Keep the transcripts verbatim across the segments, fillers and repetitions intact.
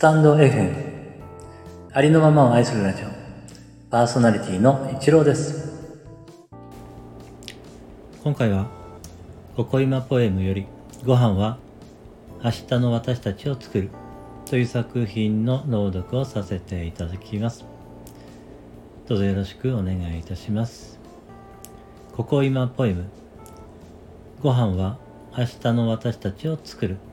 タンド エフエム ありのままを愛するラジオ、パーソナリティの一郎です。今回はここいまポエムよりご飯は明日の私たちを作るという作品の朗読をさせていただきます。どうぞよろしくお願いいたします。ここいまポエム、ご飯は明日の私たちを作る。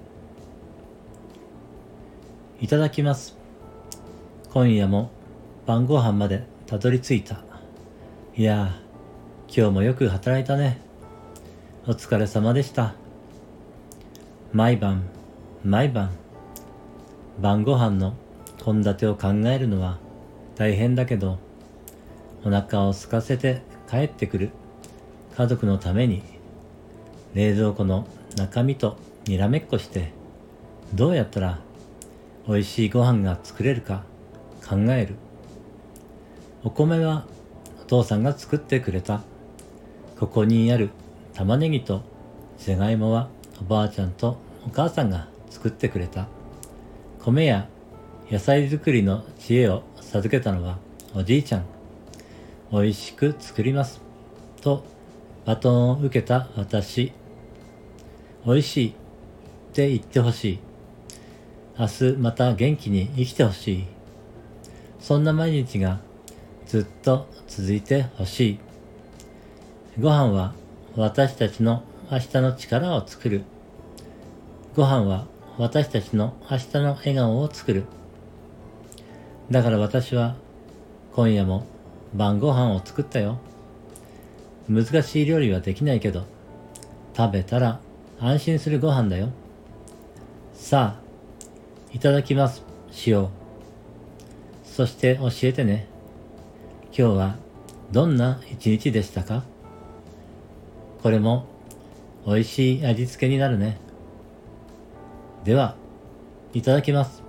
いただきます。今夜も晩ご飯までたどり着いた。いやー、今日もよく働いたね。お疲れ様でした。毎晩毎晩晩ご飯の献立を考えるのは大変だけど、お腹を空かせて帰ってくる家族のために冷蔵庫の中身とにらめっこして、どうやったらおいしいご飯が作れるか考える。お米はお父さんが作ってくれた。ここにある玉ねぎとじゃがいもはおばあちゃんとお母さんが作ってくれた。米や野菜作りの知恵を授けたのはおじいちゃん。おいしく作りますとバトンを受けた私。おいしいって言ってほしい。明日また元気に生きてほしい。そんな毎日がずっと続いてほしい。ご飯は私たちの明日の力を作る。ご飯は私たちの明日の笑顔を作る。だから私は今夜も晩ご飯を作ったよ。難しい料理はできないけど、食べたら安心するご飯だよ。さあ、いただきますしよう。そして教えてね。今日はどんな一日でしたか？これも美味しい味付けになるね。では、いただきます。